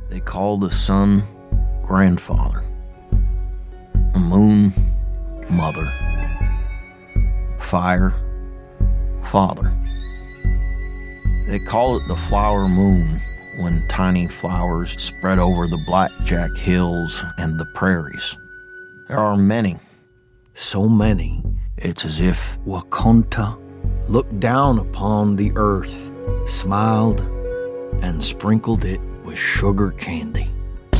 They call the sun grandfather, the moon mother, fire father. They call it the flower moon when tiny flowers spread over the blackjack hills and the prairies. There are many, so many, it's as if Wakonta looked down upon the earth, smiled, and sprinkled it with sugar candy.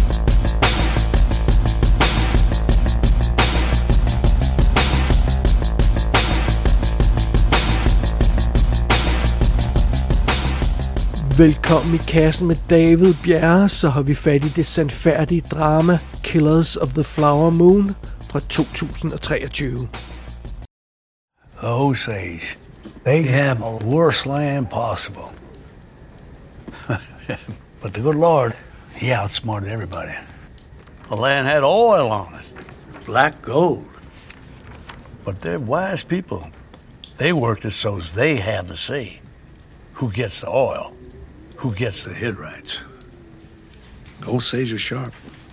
Velkommen i kassen med David Bjerre, så har vi fat i det sandfærdige drama Killers of the Flower Moon fra 2023. Osage, they have the worst land possible. But the good Lord, he outsmarted everybody. The land had oil on it, black gold. But they're wise people. They worked it so they have the say. Who gets the oil? Who gets the Hittites? Osage are sharp.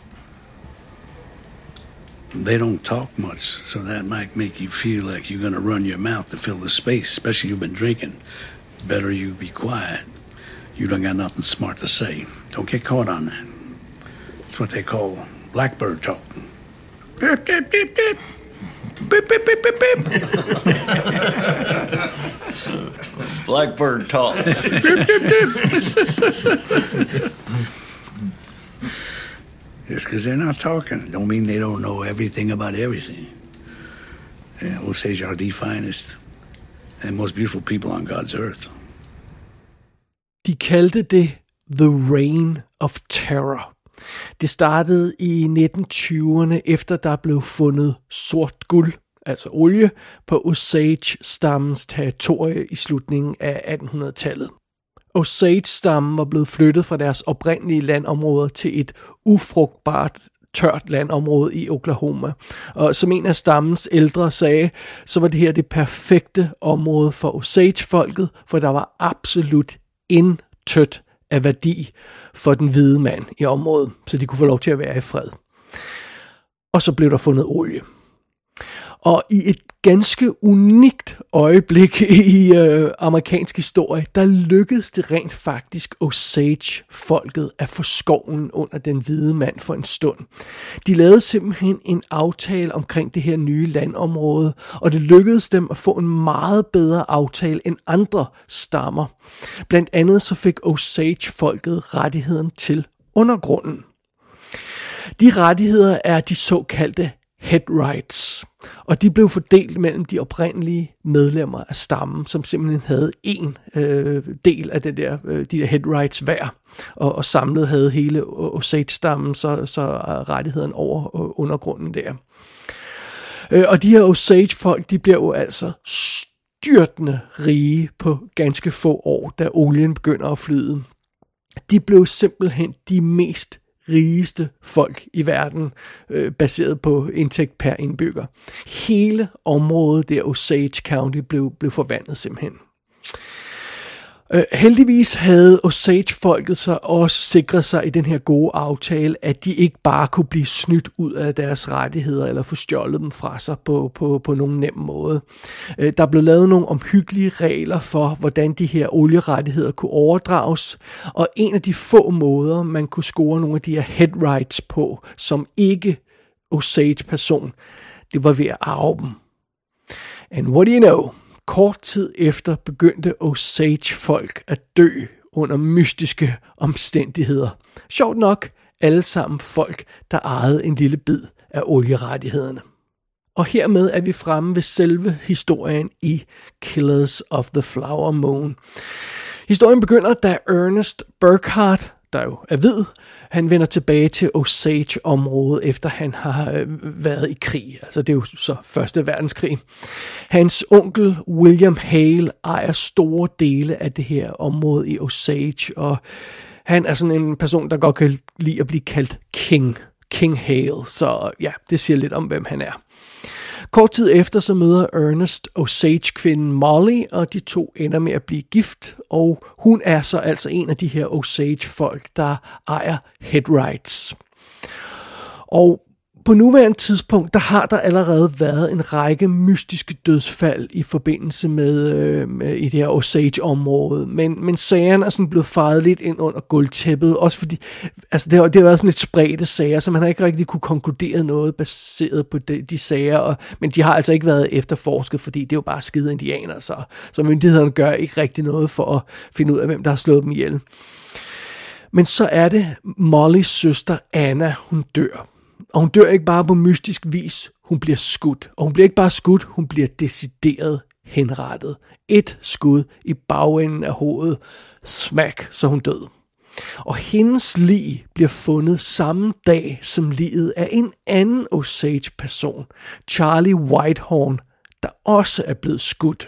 They don't talk much, so that might make you feel like you're gonna run your mouth to fill the space, especially you've been drinking. Better you be quiet. You don't got nothing smart to say. Don't get caught on that. It's what they call blackbird talk. Beep, beep, beep, beep. Beep, beep, beep, beep, beep. Blackbird talk. Beep, beep, beep. Just because they're not talking don't mean they don't know everything about everything. Osage are the finest and most beautiful people on God's earth. De kaldte det The Reign of Terror. Det startede i 1920'erne, efter der blev fundet sort guld, altså olie, på Osage-stammens territorie i slutningen af 1800-tallet. Osage-stammen var blevet flyttet fra deres oprindelige landområder til et ufrugtbart, tørt landområde i Oklahoma. Og som en af stammens ældre sagde, så var det her det perfekte område for Osage-folket, for der var absolut intet af værdi for den hvide mand i området, så de kunne få lov til at være i fred. Og så blev der fundet olie. Og i et ganske unikt øjeblik i amerikansk historie, der lykkedes det rent faktisk Osage-folket at få skoven under den hvide mand for en stund. De lavede simpelthen en aftale omkring det her nye landområde, og det lykkedes dem at få en meget bedre aftale end andre stammer. Blandt andet så fik Osage-folket rettigheden til undergrunden. De rettigheder er de såkaldte head rights, og de blev fordelt mellem de oprindelige medlemmer af stammen, som simpelthen havde en del af de der head rights hver, og samlet havde hele Osage-stammen, så rettigheden over undergrunden der. Og de her Osage-folk, de blev jo altså styrtende rige på ganske få år, da olien begynder at flyde. De blev simpelthen de mest rigeste folk i verden, baseret på indtægt per indbygger. Hele området der, Osage County, blev forvandlet simpelthen. Heldigvis havde Osage-folket så også sikret sig i den her gode aftale, at de ikke bare kunne blive snydt ud af deres rettigheder, eller få stjålet dem fra sig på nogen nem måde. Der blev lavet nogle omhyggelige regler for, hvordan de her olierettigheder kunne overdrages, og en af de få måder, man kunne score nogle af de her head rights på, som ikke Osage-person, det var ved at arve dem. And what do you know? Kort tid efter begyndte Osage-folk at dø under mystiske omstændigheder. Sjovt nok, alle sammen folk, der ejede en lille bid af olierettighederne. Og hermed er vi fremme ved selve historien i Killers of the Flower Moon. Historien begynder, da Ernest Burkhardt, der jo er hvid, han vender tilbage til Osage-området, efter han har været i krig. Altså det er jo så Første Verdenskrig. Hans onkel William Hale ejer store dele af det her område i Osage, og han er sådan en person, der godt kan lide at blive kaldt King Hale. Så ja, det siger lidt om, hvem han er. Kort tid efter så møder Ernest Osage-kvinden Molly, og de to ender med at blive gift, og hun er så altså en af de her Osage-folk, der ejer head rights. Og på nuværende tidspunkt, der har der allerede været en række mystiske dødsfald i forbindelse med i det her Osage-område, men sagerne er sådan blevet fejet lidt ind under gulvtæppet, også fordi altså det har været sådan lidt spredte sager, så man har ikke rigtig kunne konkludere noget baseret på de sager, men de har altså ikke været efterforsket, fordi det er jo bare skide indianere, så myndighederne gør ikke rigtig noget for at finde ud af, hvem der har slået dem ihjel. Men så er det Mollys søster Anna, hun dør. Og hun dør ikke bare på mystisk vis, hun bliver skudt. Og hun bliver ikke bare skudt, hun bliver decideret henrettet. Et skud i bagenden af hovedet. Smack, så hun død. Og hendes lig bliver fundet samme dag som liget af en anden Osage-person, Charlie Whitehorn, der også er blevet skudt.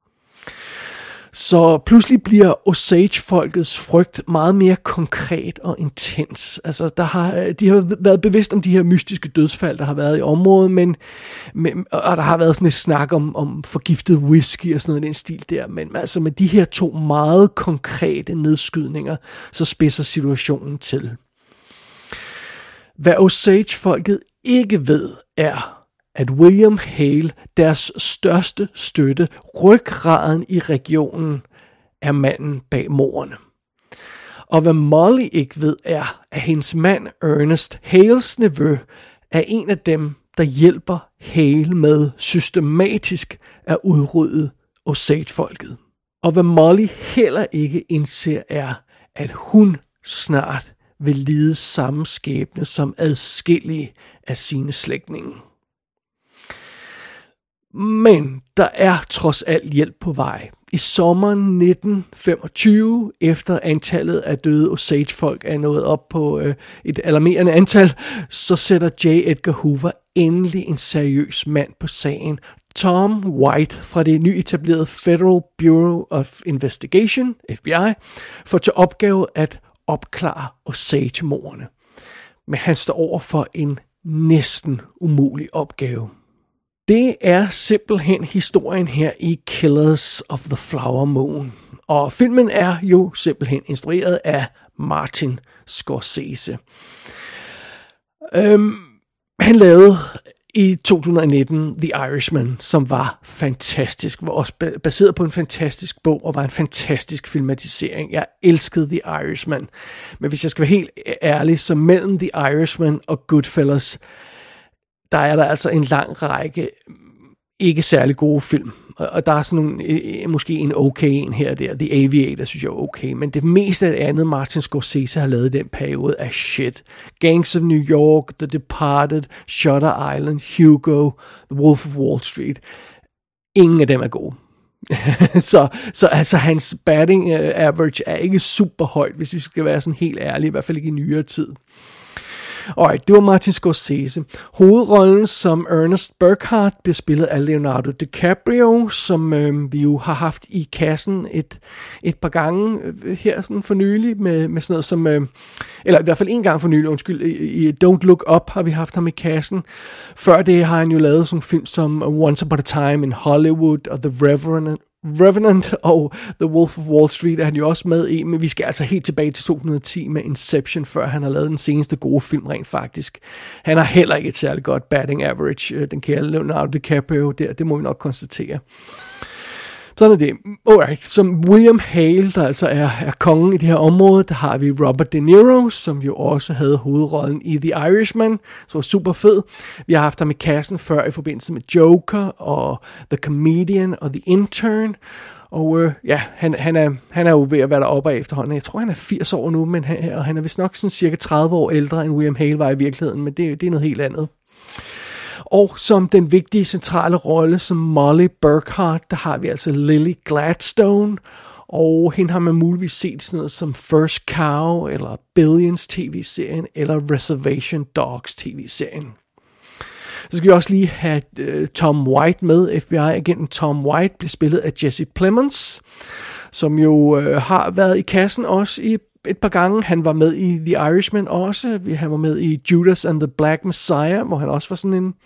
Så pludselig bliver Osage-folkets frygt meget mere konkret og intens. Altså, de har været bevidst om de her mystiske dødsfald, der har været i området, og der har været sådan et snak om forgiftet whisky og sådan noget i den stil der. Men altså med de her to meget konkrete nedskydninger, så spidser situationen til. Hvad Osage-folket ikke ved er, at William Hale, deres største støtte, ryggraden i regionen, er manden bag mordene. Og hvad Molly ikke ved er, at hendes mand Ernest, Hales nevø, er en af dem, der hjælper Hale med systematisk at udrydde Osage-folket. Og hvad Molly heller ikke indser er, at hun snart vil lide samme skæbne som adskillige af sine slægtninge. Men der er trods alt hjælp på vej. I sommeren 1925, efter antallet af døde Osage-folk er nået op på et alarmerende antal, så sætter J. Edgar Hoover endelig en seriøs mand på sagen. Tom White fra det nyetablerede Federal Bureau of Investigation, FBI, får til opgave at opklare Osage-mordene. Men han står over for en næsten umulig opgave. Det er simpelthen historien her i Killers of the Flower Moon. Og filmen er jo simpelthen instrueret af Martin Scorsese. Han lavede i 2019 The Irishman, som var fantastisk. Var også baseret på en fantastisk bog, og var en fantastisk filmatisering. Jeg elskede The Irishman. Men hvis jeg skal være helt ærlig, så mellem The Irishman og Goodfellas, der er der altså en lang række ikke særlig gode film. Og der er sådan nogle, måske en okay en her og der. The Aviator synes jeg er okay. Men det meste af det andet, Martin Scorsese har lavet i den periode, er shit. Gangs of New York, The Departed, Shutter Island, Hugo, The Wolf of Wall Street. Ingen af dem er gode. så altså hans batting average er ikke super højt, hvis vi skal være sådan helt ærlige, i hvert fald ikke i nyere tid. Alright, det var Martin Scorsese. Hovedrollen som Ernest Burkhart bliver spillet af Leonardo DiCaprio, som vi jo har haft i kassen et par gange her sådan for nylig, med sådan noget som, eller i hvert fald en gang for nylig, i Don't Look Up har vi haft ham i kassen. Før det har han jo lavet sådan film som Once Upon a Time in Hollywood og The Revenant og The Wolf of Wall Street er han jo også med i, men vi skal altså helt tilbage til 2010 med Inception, før han har lavet den seneste gode film rent faktisk. Han har heller ikke et særligt godt batting average, den kære Leonardo DiCaprio der, det må vi nok konstatere. Sådan er det. Alright, som William Hale, der altså er kongen i det her område, der har vi Robert De Niro, som jo også havde hovedrollen i The Irishman, så var super fed. Vi har haft ham i kassen før i forbindelse med Joker og The Comedian og The Intern. Og han er jo ved at være deroppe af efterhånden. Jeg tror, han er 80 år nu, men han er vist nok sådan cirka 30 år ældre, end William Hale var i virkeligheden, men det er noget helt andet. Og som den vigtige centrale rolle som Molly Burkhart, der har vi altså Lily Gladstone, og hende har man muligvis set sådan noget som First Cow, eller Billions tv-serien, eller Reservation Dogs tv-serien. Så skal vi også lige have Tom White med. FBI-agenten Tom White bliver spillet af Jesse Plemons, som jo har været i kassen også i et par gange. Han var med i The Irishman også. Han var med i Judas and the Black Messiah, hvor han også var sådan en...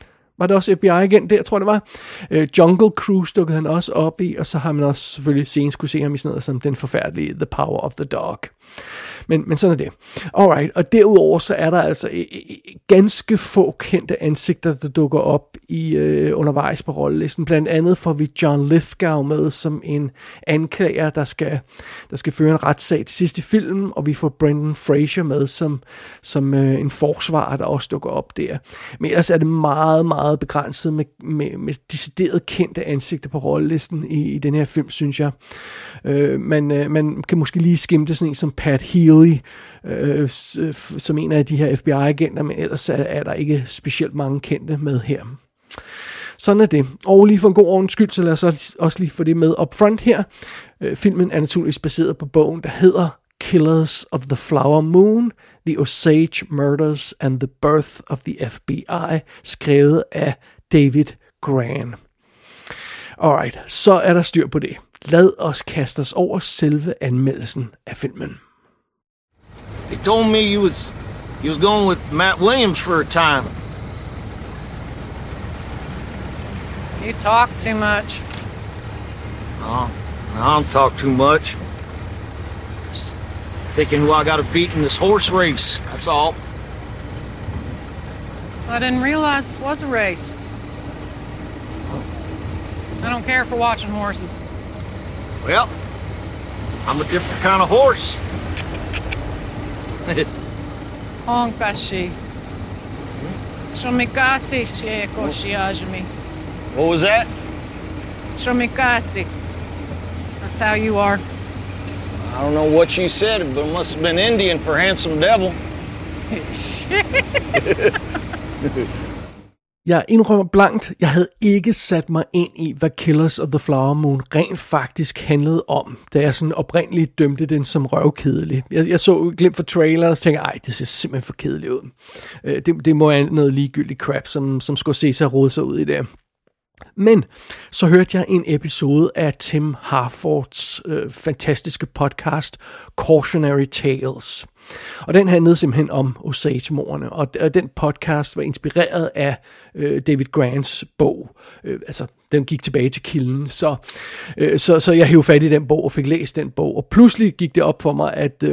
var det også FBI-agent der, tror jeg det var. Jungle Cruise dukkede han også op i, og så har man også selvfølgelig senest kunne se ham i sådan noget som den forfærdelige The Power of the Dog. Men sådan er det. Alright, og derudover så er der altså ganske få kendte ansigter, der dukker op i undervejs på rollelisten. Blandt andet får vi John Lithgow med som en anklager, der skal føre en retssag til sidst i filmen, og vi får Brendan Fraser med som en forsvarer, der også dukker op der. Men ellers er det meget, meget begrænset med decideret kendte ansigter på rollelisten i den her film, synes jeg. Man kan måske lige skimte sådan en som Pat Healy, som en af de her FBI-agenter, men ellers er der ikke specielt mange kendte med her. Sådan er det. Og lige for en god ordens skyld, så lad os også lige få det med up front her. Filmen er naturligvis baseret på bogen, der hedder Killers of the Flower Moon, The Osage Murders and the Birth of the FBI, skrevet af David Grann. Alright, så er der styr på det. Lad os kaste os over selve anmeldelsen af filmen. They told me you was going with Matt Williams for a time. You talk too much. Oh, I don't talk too much. Just thinking who I got to beat in this horse race, that's all. I didn't realize this was a race. I don't care for watching horses. Well, I'm a different kind of horse. Honkashi. Shomikasi Shekoshiajimi. What was that? Shomikasi. That's how you are. I don't know what you said, but it must have been Indian for handsome devil. Jeg indrømmer blankt, jeg havde ikke sat mig ind i, hvad Killers of the Flower Moon rent faktisk handlede om, da jeg sådan oprindeligt dømte den som røvkedelig. Jeg så glimt for trailer og tænkte, ej, det ser simpelthen for kedeligt ud. Det må være noget ligegyldigt crap, som Scorsese har rodet sig ud i det. Men så hørte jeg en episode af Tim Harfords fantastiske podcast Cautionary Tales. Og den handlede simpelthen om Osage-mordene, og den podcast var inspireret af David Granns bog. Altså, den gik tilbage til kilden, så jeg hævde fat i den bog og fik læst den bog, og pludselig gik det op for mig, at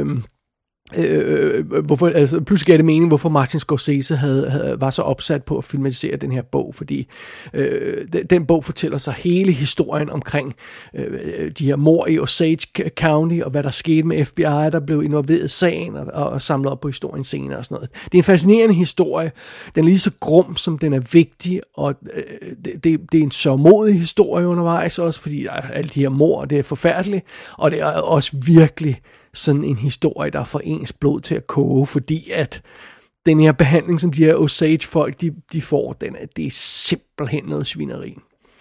pludselig gav det mening, hvorfor Martin Scorsese var så opsat på at filmatisere den her bog, fordi den bog fortæller sig hele historien omkring de her mord i Osage County, og hvad der skete med FBI, der blev involveret i sagen og samlet op på historien senere og sådan noget. Det er en fascinerende historie. Den er lige så grum, som den er vigtig, og det er en sørgmodig historie undervejs også, fordi alle de her mord, det er forfærdeligt, og det er også virkelig sådan en historie, der får ens blod til at koge, fordi at den her behandling, som de her Osage-folk, de får, det er simpelthen noget svineri.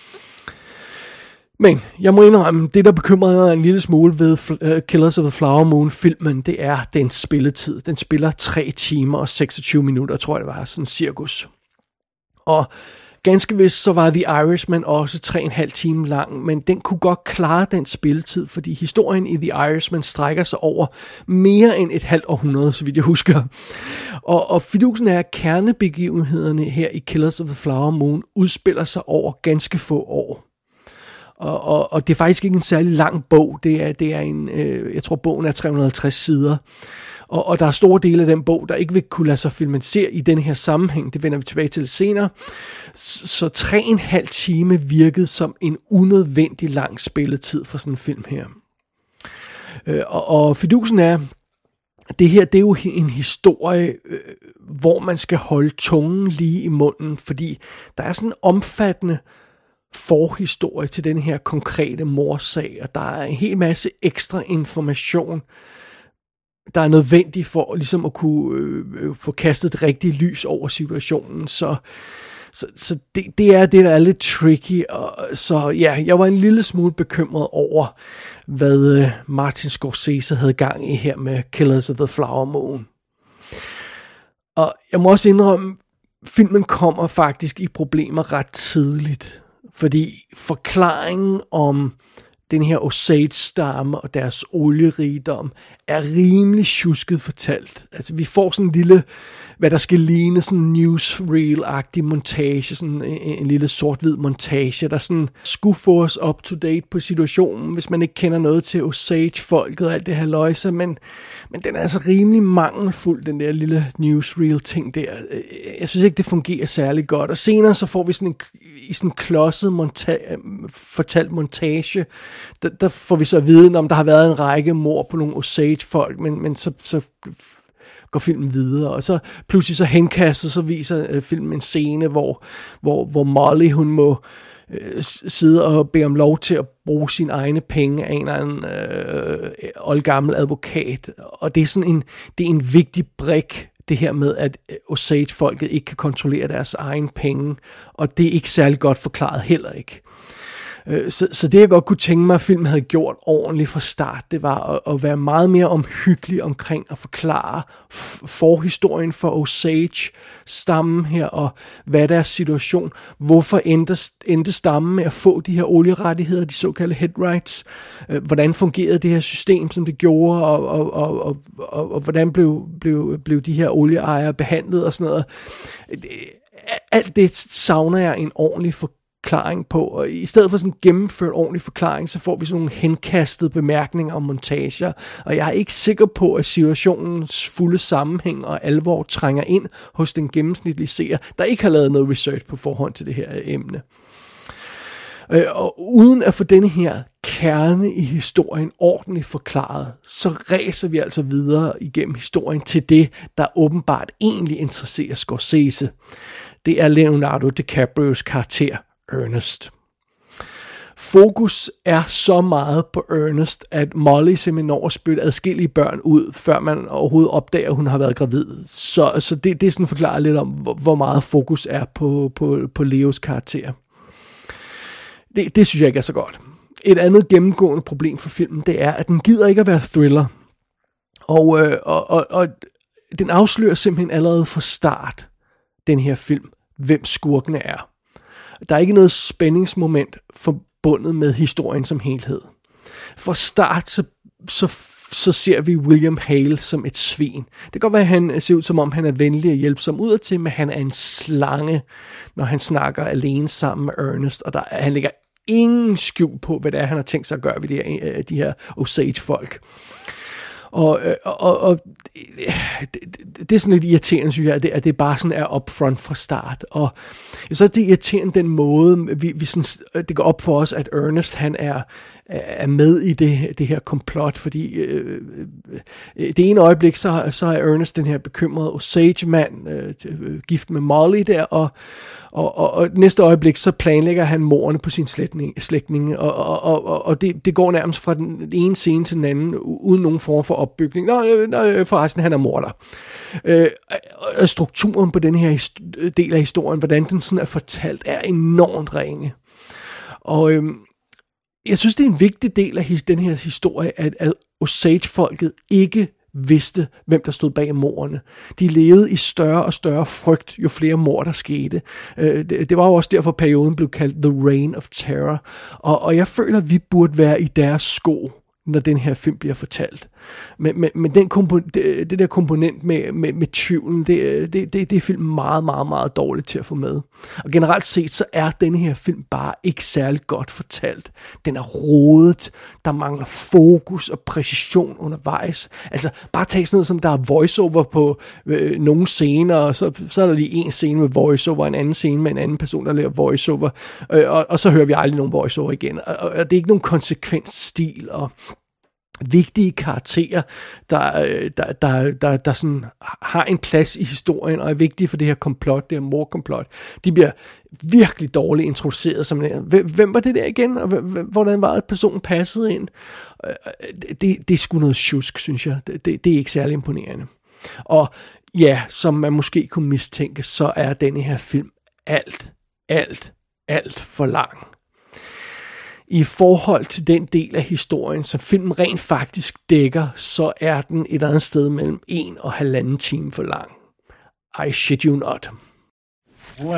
Men jeg må indrømme, det der bekymrede mig en lille smule ved Killers of the Flower Moon-filmen, det er dens spilletid. Den spiller 3 timer og 26 minutter, tror jeg det var, sådan cirkus. Og ganske vist så var The Irishman også 3,5 timer lang, men den kunne godt klare den spilletid, fordi historien i The Irishman strækker sig over mere end et halvt århundrede, så vidt jeg husker. Og fidusen er, at kernebegivenhederne her i Killers of the Flower Moon udspiller sig over ganske få år. Og det er faktisk ikke en særlig lang bog. Det er en, jeg tror bogen er 350 sider. Og der er store dele af den bog, der ikke vil kunne lade sig filmatisere i denne her sammenhæng. Det vender vi tilbage til senere. Så 3,5 time virkede som en unødvendig lang spilletid for sådan en film her. Og fidusen er, det her, det er jo en historie, hvor man skal holde tungen lige i munden, fordi der er sådan en omfattende forhistorie til den her konkrete mordsag, og der er en hel masse ekstra information, der er nødvendig for ligesom at kunne få kastet et rigtigt lys over situationen, så det er det, der er lidt tricky, og så ja, jeg var en lille smule bekymret over, hvad Martin Scorsese havde gang i her med Killers of the Flower Moon. Og jeg må også indrømme, filmen kommer faktisk i problemer ret tidligt, fordi forklaringen om den her Osage-stamme og deres olierigdom er rimelig tjusket fortalt. Altså, vi får sådan en lille, hvad der skal ligne sådan en newsreel-agtig montage, sådan en lille sort-hvid montage, der sådan skulle få os up-to-date på situationen, hvis man ikke kender noget til Osage-folket og alt det her løjse, men den er altså rimelig mangelfuld, den der lille newsreel-ting der. Jeg synes ikke, det fungerer særlig godt, og senere så får vi sådan en klodset fortalt montage, der får vi så at vide, om der har været en række mord på nogle Osage-folk, men så går filmen videre, og så pludselig så henkastet, så viser filmen en scene, hvor Molly, hun må sidde og bede om lov til at bruge sine egne penge af en eller anden oldgammel advokat, og det er sådan en vigtig brik, det her med, at Osage-folket ikke kan kontrollere deres egen penge, og det er ikke særlig godt forklaret heller ikke. Så det jeg godt kunne tænke mig, at filmen havde gjort ordentligt fra start, det var at være meget mere omhyggelig omkring at forklare forhistorien for Osage-stammen her, og hvad deres situation, hvorfor endte stammen med at få de her olierettigheder, de såkaldte headrights, hvordan fungerede det her system, som det gjorde, og hvordan blev de her olieejere behandlet og sådan noget. Alt det savner jeg en ordentlig forklaring på, og i stedet for sådan en gennemført ordentlig forklaring, så får vi sådan nogle henkastede bemærkninger og montager, og jeg er ikke sikker på, at situationens fulde sammenhæng og alvor trænger ind hos den gennemsnitlige seer, der ikke har lavet noget research på forhånd til det her emne. Og uden at få denne her kerne i historien ordentligt forklaret, så ræser vi altså videre igennem historien til det, der åbenbart egentlig interesserer Scorsese. Det er Leonardo DiCaprios karakter, Ernest. Fokus er så meget på Ernest, at Molly simpelthen når at spytte adskillige børn ud, før man overhovedet opdager, at hun har været gravid. Så det sådan forklarer lidt om, hvor meget fokus er på Leos karakter. Det synes jeg ikke er så godt. Et andet gennemgående problem for filmen, det er, at den gider ikke at være thriller. Og den afslører simpelthen allerede fra start, den her film, hvem skurkene er. Der er ikke noget spændingsmoment forbundet med historien som helhed. Fra start så ser vi William Hale som et svin. Det kan godt være, at han ser ud som om, han er venlig og hjælpsom udadtil, men han er en slange, når han snakker alene sammen med Ernest, og han lægger ingen skjul på, hvad det er, han har tænkt sig at gøre ved de her Osage-folk. Og det er sådan lidt irriterende, synes jeg, at det bare sådan er upfront fra start. Og så er det irriterende den måde, vi sådan, det går op for os, at Ernest, han er med i det her komplot, fordi det ene øjeblik, så er Ernest den her bekymrede Osage-mand, gift med Molly der, og næste øjeblik, så planlægger han mordene på sin slægtninge, og det går nærmest fra den ene scene til den anden, uden nogen form for opbygning. Nå, forresten, han er morder. Strukturen på den her del af historien, hvordan den sådan er fortalt, er enormt ringe. Og jeg synes, det er en vigtig del af den her historie, at Osage-folket ikke vidste, hvem der stod bag mordene. De levede i større og større frygt, jo flere mord der skete. Det var jo også derfor, perioden blev kaldt The Reign of Terror. Og jeg føler, at vi burde være i deres sko, når den her film bliver fortalt. Men det der komponent med tvivlen, det er film meget, meget, meget dårligt til at få med. Og generelt set, så er denne her film bare ikke særlig godt fortalt. Den er rodet, der mangler fokus og præcision undervejs. Altså, bare tag sådan noget, som der er voiceover på nogle scener, og så er der lige en scene med voiceover, en anden scene med en anden person, der laver voiceover, og så hører vi aldrig nogen voiceover igen. Og det er ikke nogen konsekvent stil, og vigtige karakterer, der sådan har en plads i historien, og er vigtige for det her komplot, det her mordkomplot. De bliver virkelig dårligt introduceret som, hvem var det der igen, og hvordan var det, personen passede ind? Det er sgu noget sjusk, synes jeg. Det er ikke særlig imponerende. Og ja, som man måske kunne mistænke, så er denne her film alt for lang. I forhold til den del af historien, som filmen rent faktisk dækker, så er den et andet sted mellem 1 og 1,5 time for lang. I shit you not.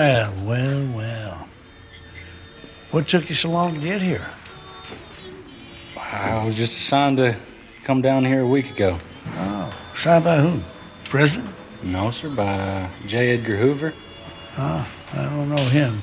Well. What took you so long to get here? I was just assigned to come down here a week ago. Oh, signed by who? President? No, sir, by J. Edgar Hoover. I don't know him.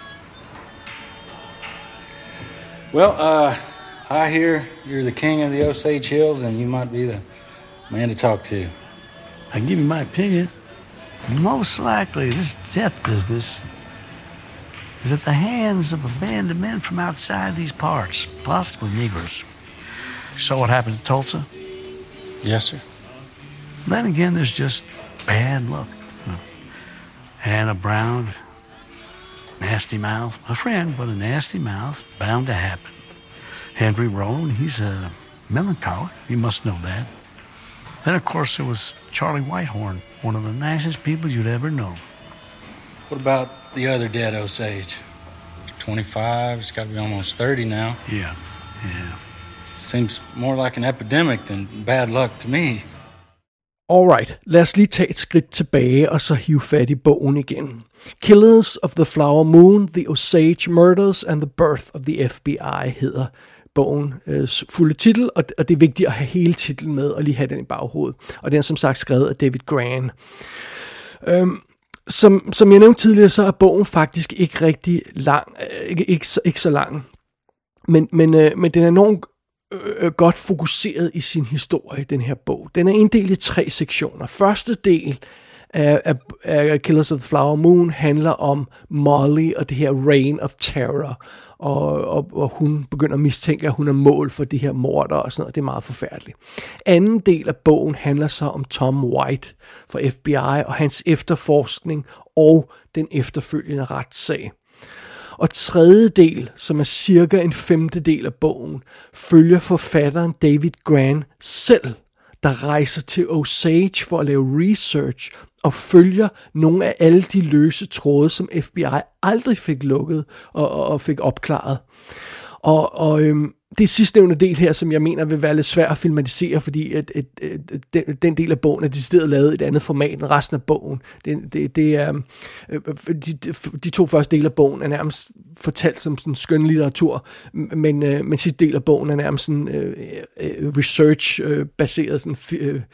Well, I hear you're the king of the Osage Hills, and you might be the man to talk to. I can give you my opinion. Most likely, this death business is at the hands of a band of men from outside these parts, possibly Negroes. You saw what happened to Tulsa? Yes, sir. Then again, there's just bad luck. Hannah Brown, nasty mouth. A friend, but a nasty mouth. Bound to happen. Henry Roan, he's a melancholic. You must know that. Then, of course, there was Charlie Whitehorn, one of the nicest people you'd ever know. What about the other dead Osage? 25, it's got to be almost 30 now. Yeah. Seems more like an epidemic than bad luck to me. Alright, lad os lige tage et skridt tilbage og så hive fat i bogen igen. Killers of the Flower Moon, The Osage Murders and the Birth of the FBI hedder bogens fulde titel, og det er vigtigt at have hele titlen med og lige have den i baghovedet. Og den er som sagt skrevet af David Grann. Som jeg nævnte tidligere, så er bogen faktisk ikke rigtig lang, ikke så lang, men den er enormt godt fokuseret i sin historie, den her bog. Den er inddelt i 3 sektioner. Første del af Killers of the Flower Moon handler om Molly og det her reign of terror, og hun begynder at mistænke, at hun er mål for de her morder og sådan noget. Det er meget forfærdeligt. Anden del af bogen handler så om Tom White fra FBI og hans efterforskning og den efterfølgende retssag. Og tredje del, som er cirka en femtedel af bogen, følger forfatteren David Grann selv, der rejser til Osage for at lave research og følger nogle af alle de løse tråde, som FBI aldrig fik lukket og fik opklaret. Og det sidstnævnte del her, som jeg mener vil være lidt svært at filmatisere, fordi den del af bogen er decideret lavet i et andet format end resten af bogen. Det er, de 2 første dele af bogen er nærmest fortalt som sådan skønlitteratur, men sidste del af bogen er nærmest sådan research-baseret sådan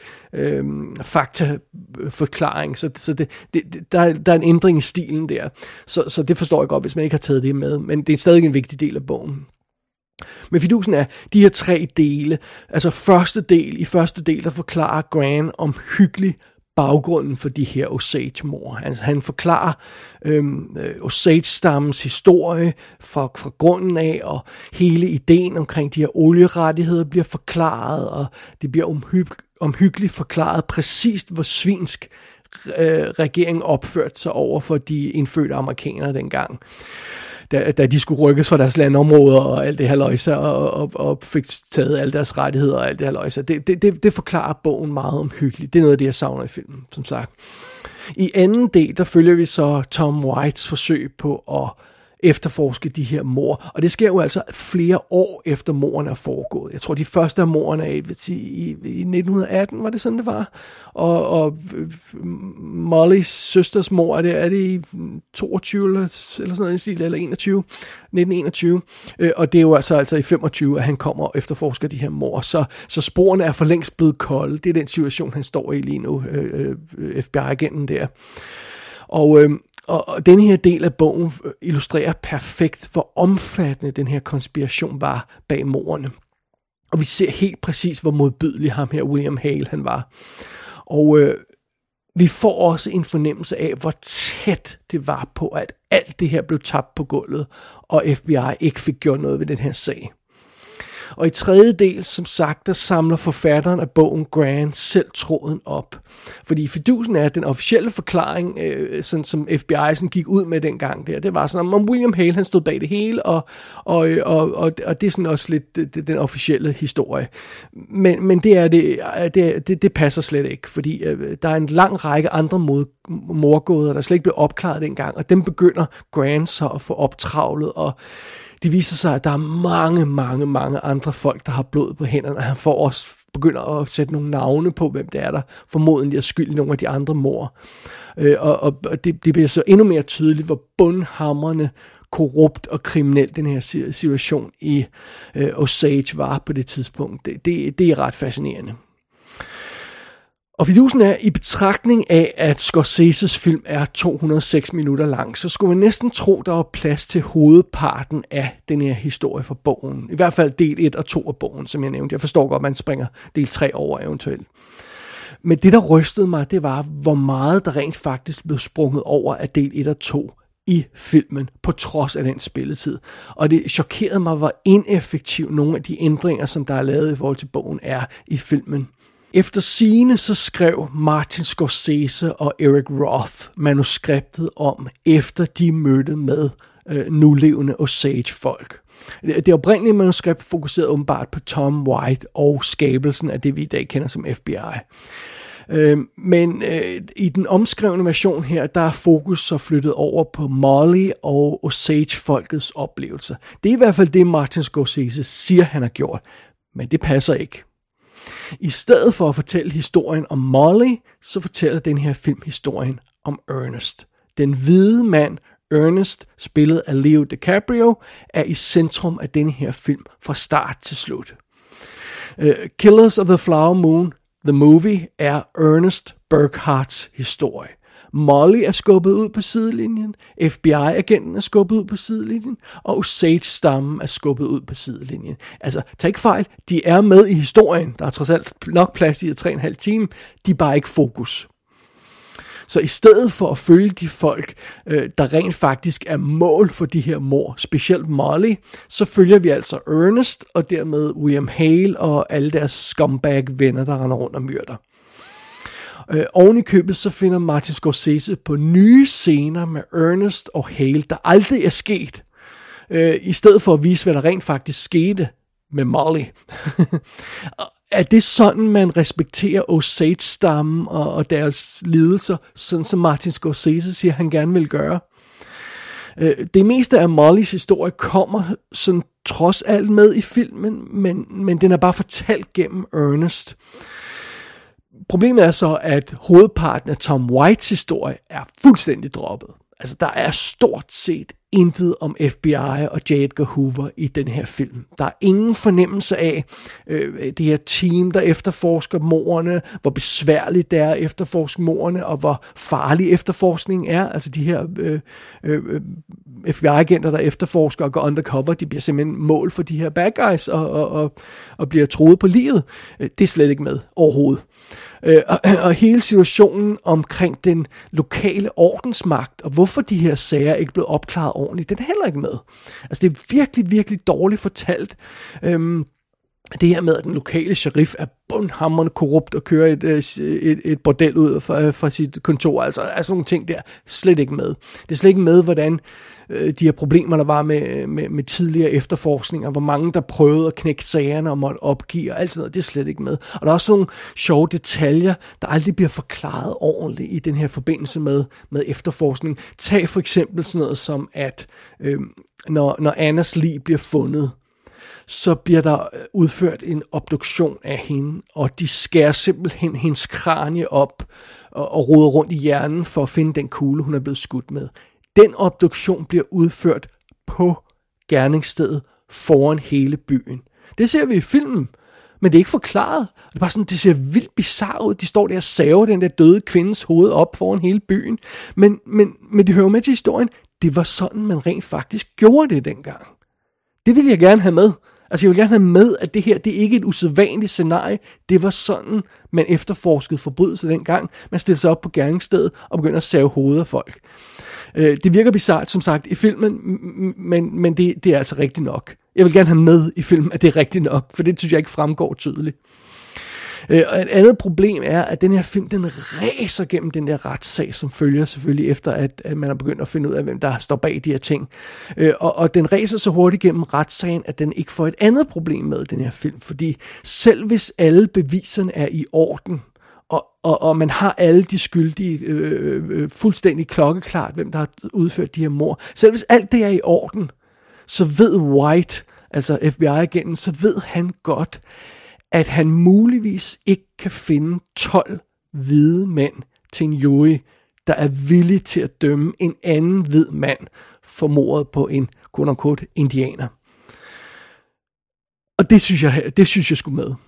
faktaforklaring. Så der er en ændring i stilen der. Så det forstår jeg godt, hvis man ikke har taget det med, men det er stadig en vigtig del af bogen. Men fidusen er, de her 3 dele, altså i første del, der forklarer Grann omhyggelig baggrunden for de her Osage-mord. Han forklarer Osage-stammens historie fra grunden af, og hele ideen omkring de her olierettigheder bliver forklaret, og det bliver omhyggeligt forklaret præcist, hvor svinsk regeringen opførte sig over for de indfødte amerikanere dengang. Da de skulle rykkes fra deres landområder og alt det her løjse, og fik taget alle deres rettigheder og alt det her løjse. Det forklarer bogen meget omhyggeligt. Det er noget af det, jeg savner i filmen, som sagt. I anden del, der følger vi så Tom Whites forsøg på at efterforske de her mord. Og det sker jo altså flere år efter mordene er foregået. Jeg tror, de første af mordene er i 1918, var det sådan, det var. Og Mollys søsters mord, er det i 22 eller sådan noget i stil, eller 1921. Og det er jo altså i 25, at han kommer og efterforsker de her mord. Så sporene er for længst blevet kolde. Det er den situation, han står i lige nu, FBI-agenten der. Og denne her del af bogen illustrerer perfekt, hvor omfattende den her konspiration var bag mordene. Og vi ser helt præcis, hvor modbydelig ham her, William Hale, han var. Og vi får også en fornemmelse af, hvor tæt det var på, at alt det her blev tabt på gulvet, og FBI ikke fik gjort noget ved den her sag. Og i tredje del, som sagt, der samler forfatteren af bogen Grann selv tråden op. Fordi fidusen er, at den officielle forklaring, sådan som FBI sådan gik ud med dengang der, det var sådan, om William Hale, han stod bag det hele, og det er sådan også lidt den officielle historie. Men det passer slet ikke, fordi der er en lang række andre mordgåder, der slet ikke blev opklaret dengang, og dem begynder Grann så at få optravlet, og det viser sig, at der er mange andre folk, der har blod på hænderne, og han får også begynder at sætte nogle navne på, hvem det er, der formodentlig er skyld i nogle af de andre mord. Og det bliver så endnu mere tydeligt, hvor bundhamrende korrupt og kriminel den her situation i Osage var på det tidspunkt. Det er ret fascinerende. Og fidusen er, i betragtning af, at Scorseses film er 206 minutter lang, så skulle man næsten tro, der var plads til hovedparten af den her historie fra bogen. I hvert fald del 1 og 2 af bogen, som jeg nævnte. Jeg forstår godt, at man springer del 3 over eventuelt. Men det, der rystede mig, det var, hvor meget der rent faktisk blev sprunget over af del 1 og 2 i filmen, på trods af den spilletid. Og det chokerede mig, hvor ineffektiv nogle af de ændringer, som der er lavet i forhold til bogen, er i filmen. Efter sigende så skrev Martin Scorsese og Eric Roth manuskriptet om, efter de mødte med nulevende Osage-folk. Det oprindelige manuskript fokuserede åbenbart på Tom White og skabelsen af det, vi i dag kender som FBI. Men i den omskrevne version her, der er fokus så flyttet over på Molly og Osage-folkets oplevelser. Det er i hvert fald det, Martin Scorsese siger, han har gjort. Men det passer ikke. I stedet for at fortælle historien om Molly, så fortæller den her film historien om Ernest. Den hvide mand, Ernest, spillet af Leo DiCaprio, er i centrum af denne her film fra start til slut. Killers of the Flower Moon, the movie, er Ernest Burkhardts historie. Molly er skubbet ud på sidelinjen, FBI-agenten er skubbet ud på sidelinjen, og Osage-stammen er skubbet ud på sidelinjen. Altså, tag ikke fejl, de er med i historien. Der er trods alt nok plads i 3,5 timer. De er bare ikke fokus. Så i stedet for at følge de folk, der rent faktisk er mål for de her mord, specielt Molly, så følger vi altså Ernest, og dermed William Hale og alle deres scumbag-venner, der render rundt og myrder. Oven i købet så finder Martin Scorsese på nye scener med Ernest og Hale, der aldrig er sket, i stedet for at vise, hvad der rent faktisk skete med Molly. Er det sådan, man respekterer Osage-stammen og deres lidelser, sådan som Martin Scorsese siger, han gerne vil gøre? Det meste af Mollys historie kommer sådan trods alt med i filmen, men den er bare fortalt gennem Ernest. Problemet er så, at hovedparten af Tom Whites historie er fuldstændig droppet. Altså, der er stort set intet om FBI og J. Edgar Hoover i den her film. Der er ingen fornemmelse af det her team, der efterforsker mordene, hvor besværligt det er at efterforske mordene, og hvor farlig efterforskningen er. Altså, de her FBI-agenter, der efterforsker og går undercover, de bliver simpelthen mål for de her bad guys og bliver troet på livet. Det er slet ikke med overhovedet. Og hele situationen omkring den lokale ordensmagt, og hvorfor de her sager ikke blev opklaret ordentligt, den er heller ikke med. Altså det er virkelig, virkelig dårligt fortalt. Det her med, at den lokale sheriff er bundhamrende korrupt og kører et bordel ud fra sit kontor, altså nogle ting der, slet ikke med. Det er slet ikke med, hvordan de her problemer, der var med tidligere efterforskninger, hvor mange, der prøvede at knække sagerne og måtte opgive, og alt sådan noget, det er slet ikke med. Og der er også nogle sjove detaljer, der aldrig bliver forklaret ordentligt i den her forbindelse med efterforskning. Tag for eksempel sådan noget som, at når Annas lig bliver fundet, så bliver der udført en obduktion af hende, og de skærer simpelthen hendes kranie op og roder rundt i hjernen for at finde den kugle, hun er blevet skudt med. Den obduktion bliver udført på gerningsstedet foran hele byen. Det ser vi i filmen, men det er ikke forklaret. Det er bare sådan, det ser vildt bizarre ud. De står der og saver den der døde kvindes hoved op foran hele byen. Men det hører med til historien. Det var sådan, man rent faktisk gjorde det dengang. Det vil jeg gerne have med. Altså, jeg vil gerne have med, at det her, det er ikke et usædvanligt scenarie. Det var sådan, man efterforskede forbrydelser dengang. Man stillede sig op på gerningsstedet og begyndte at save hoveder af folk. Det virker bizarrt, som sagt, i filmen, men det er altså rigtigt nok. Jeg vil gerne have med i filmen, at det er rigtigt nok, for det synes jeg ikke fremgår tydeligt. Og et andet problem er, at den her film, den ræser gennem den der retssag, som følger selvfølgelig efter, at man har begyndt at finde ud af, hvem der står bag de her ting. Og den ræser så hurtigt gennem retssagen, at den ikke får et andet problem med, den her film. Fordi selv hvis alle beviserne er i orden, og man har alle de skyldige fuldstændig klokkeklart, hvem der har udført de her mord, selv hvis alt det er i orden, så ved White, altså FBI-agenten, så ved han godt, at han muligvis ikke kan finde 12 hvide mænd til en jury der er villig til at dømme en anden hvid mand for mordet på en quote-unquote indianer. Og det synes jeg skulle med.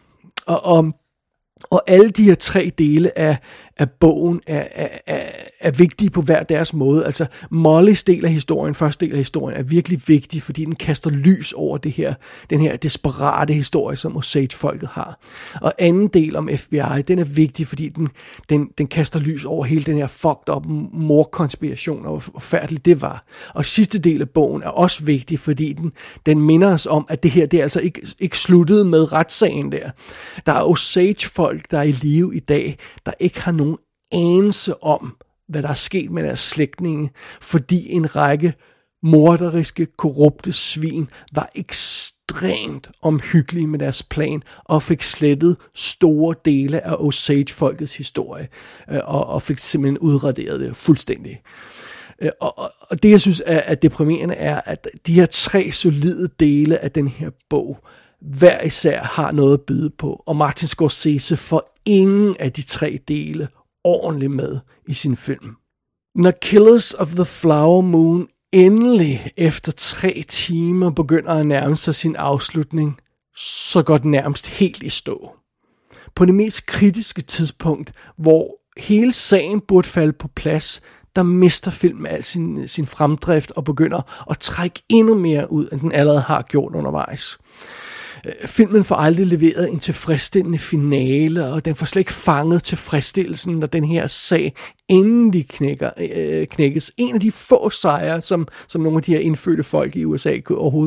Og alle de her 3 dele af bogen er vigtige på hver deres måde. Altså Mollys del af historien, første del af historien, er virkelig vigtig, fordi den kaster lys over den her desperate historie, som Osage-folket har. Og anden del om FBI, den er vigtig, fordi den kaster lys over hele den her fucked up mordkonspiration, og hvor forfærdeligt det var. Og sidste del af bogen er også vigtig, fordi den minder os om, at det her, det er altså ikke sluttet med retssagen der. Der er Osage-folk, der er i live i dag, der ikke har nogen anelse om, hvad der er sket med deres slægtninge, fordi en række morderiske, korrupte svin var ekstremt omhyggelige med deres plan og fik slettet store dele af Osage-folkets historie og fik simpelthen udraderet det fuldstændig. Og det, jeg synes er deprimerende, er, at de her 3 solide dele af den her bog hver især har noget at byde på, og Martin Scorsese får ingen af de 3 dele ordentligt med i sin film. Når Killers of the Flower Moon endelig efter 3 timer begynder at nærme sig sin afslutning, så går den nærmest helt i stå. På det mest kritiske tidspunkt, hvor hele sagen burde falde på plads, der mister filmen al sin fremdrift og begynder at trække endnu mere ud, end den allerede har gjort undervejs. Filmen får aldrig leveret en tilfredsstillende finale, og den får slet ikke fanget tilfredsstillelsen, når den her sag endelig knækkes. En af de få sejre, som nogle af de her indfødte folk i USA overhovedet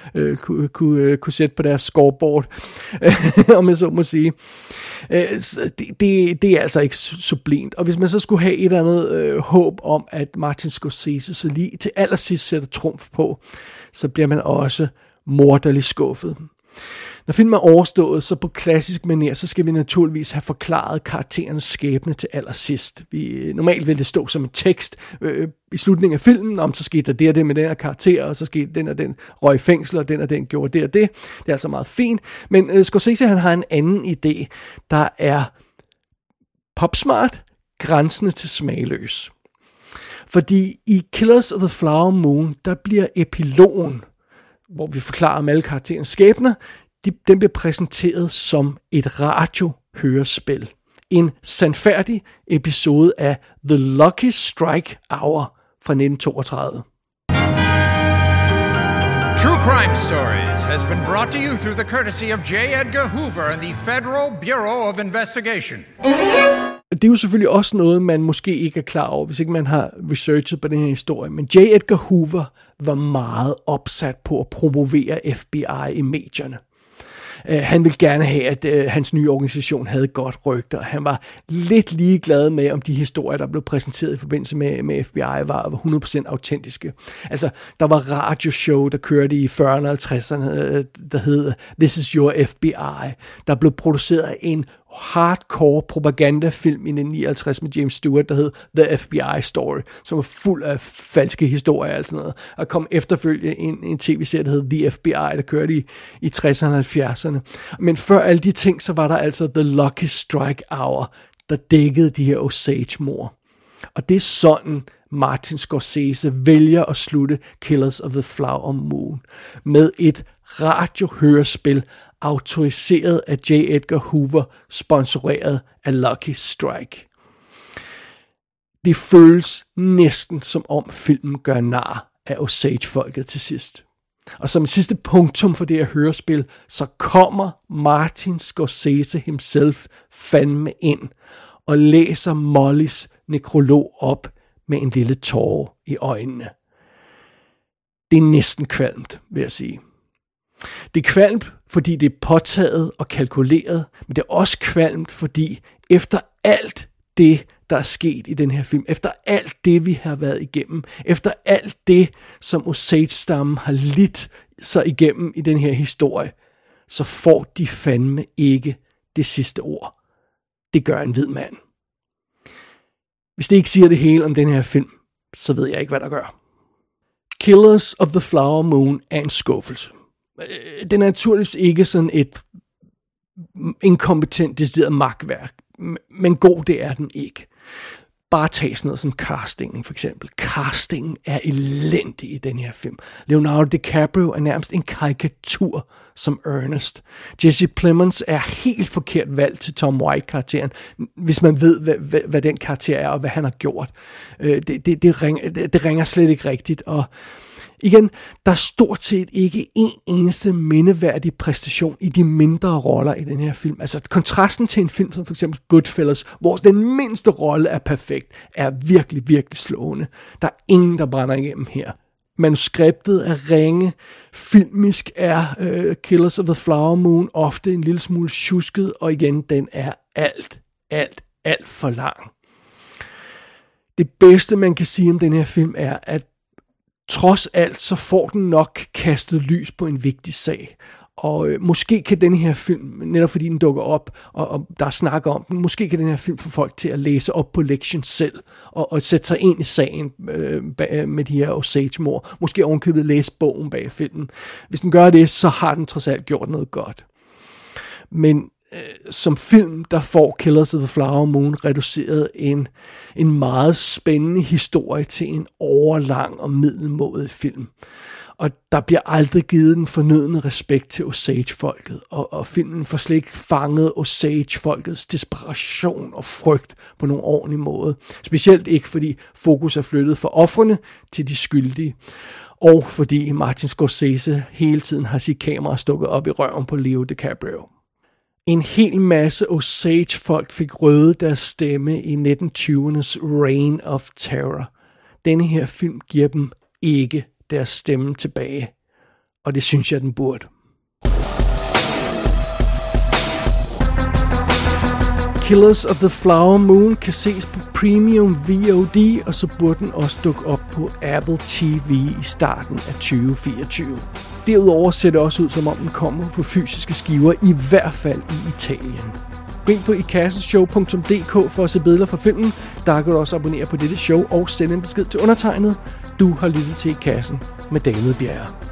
kunne sætte på deres scoreboard, om jeg så må sige. Det er altså ikke sublimt. Og hvis man så skulle have et eller andet håb om, at Martin Scorsese så lige til allersidst sætter trumf på, så bliver man også morderligt skuffet. Når filmen er overstået, så på klassisk manér, så skal vi naturligvis have forklaret karakterernes skæbne til allersidst. Normalt vil det stå som en tekst i slutningen af filmen, om så skete der det og det med den her karakter, og så skete den og den røg i fængsel, og den og den gjorde det og det. Det er altså meget fint. Men Scorsese, han har en anden idé, der er popsmart, grænsende til smagløs. Fordi i Killers of the Flower Moon, der bliver epilogen, hvor vi forklarer om alle karakterens skæbner, den bliver præsenteret som et radiohørespil. En sandfærdig episode af The Lucky Strike Hour fra 1932. True Crime Stories has been brought to you through the courtesy of J. Edgar Hoover and the Federal Bureau of Investigation. Det er jo selvfølgelig også noget, man måske ikke er klar over, hvis ikke man har researchet på den her historie. Men J. Edgar Hoover var meget opsat på at promovere FBI i medierne. Han ville gerne have, at hans nye organisation havde godt rygte, og han var lidt ligeglad med, om de historier, der blev præsenteret i forbindelse med FBI, var 100% autentiske. Altså, der var radioshow, der kørte i 40'erne og 50'erne, der hed This is Your FBI. Der blev produceret en hardcore propagandafilm i 1959 med James Stewart, der hed The FBI Story, som var fuld af falske historier og sådan noget. Og kom efterfølgende en tv-serie, der hed The FBI, der kørte i 60'erne og 70'erne. Men før alle de ting, så var der altså The Lucky Strike Hour, der dækkede de her Osage-mord. Og det er sådan, Martin Scorsese vælger at slutte Killers of the Flower Moon med et radiohørespil, autoriseret af J. Edgar Hoover, sponsoreret af Lucky Strike. Det føles næsten som om filmen gør nar af Osage-folket til sidst. Og som sidste punktum for det her hørespil, så kommer Martin Scorsese himself fandme ind og læser Mollys nekrolog op med en lille tåre i øjnene. Det er næsten kvalmt, vil jeg sige. Det er kvalmt, fordi det er påtaget og kalkuleret, men det er også kvalmt, fordi efter alt det, der er sket i den her film, efter alt det, vi har været igennem, efter alt det, som Osage-stammen har lidt sig igennem i den her historie, så får de fandme ikke det sidste ord. Det gør en hvid mand. Hvis det ikke siger det hele om den her film, så ved jeg ikke, hvad der gør. Killers of the Flower Moon er en skuffelse. Den er naturligvis ikke sådan et inkompetent, decideret magtværk, men god det er den ikke. Bare tag sådan noget som castingen for eksempel. Castingen er elendig i den her film. Leonardo DiCaprio er nærmest en karikatur som Ernest. Jesse Plemons er helt forkert valgt til Tom White-karakteren, hvis man ved, hvad den karakter er og hvad han har gjort. Det ringer slet ikke rigtigt, og igen, der er stort set ikke en eneste mindeværdig præstation i de mindre roller i den her film. Altså kontrasten til en film som for eksempel Goodfellas, hvor den mindste rolle er perfekt, er virkelig, virkelig slående. Der er ingen, der brænder igennem her. Manuskriptet er ringe. Filmisk er Killers of the Flower Moon ofte en lille smule tjusket, og igen, den er alt for lang. Det bedste, man kan sige om den her film, er, at trods alt, så får den nok kastet lys på en vigtig sag. Og måske kan den her film, netop fordi den dukker op, og der er snak om den, måske kan den her film få folk til at læse op på lektion selv, og sætte sig ind i sagen med de her Osage-mord. Måske ovenkøbet læse bogen bag filmen. Hvis den gør det, så har den trods alt gjort noget godt. Men som film, der får Killers of the Flower Moon reduceret en meget spændende historie til en overlang og middelmådig film. Og der bliver aldrig givet den fornødne respekt til Osage-folket, og filmen får slet ikke fanget Osage-folkets desperation og frygt på nogen ordentlig måde. Specielt ikke, fordi fokus er flyttet fra ofrene til de skyldige, og fordi Martin Scorsese hele tiden har sit kamera stukket op i røven på Leo DiCaprio. En hel masse Osage-folk fik røget deres stemme i 1920'ernes Reign of Terror. Denne her film giver dem ikke deres stemme tilbage, og det synes jeg, den burde. Killers of the Flower Moon kan ses på Premium VOD, og så burde den også dukke op på Apple TV i starten af 2024. Derudover ser det også ud, som om den kommer på fysiske skiver, i hvert fald i Italien. Gå ind på ikassenshow.dk for at se billeder fra filmen. Der kan du også abonnere på dette show og sende en besked til undertegnet. Du har lyttet til I Kassen med David Bjerre.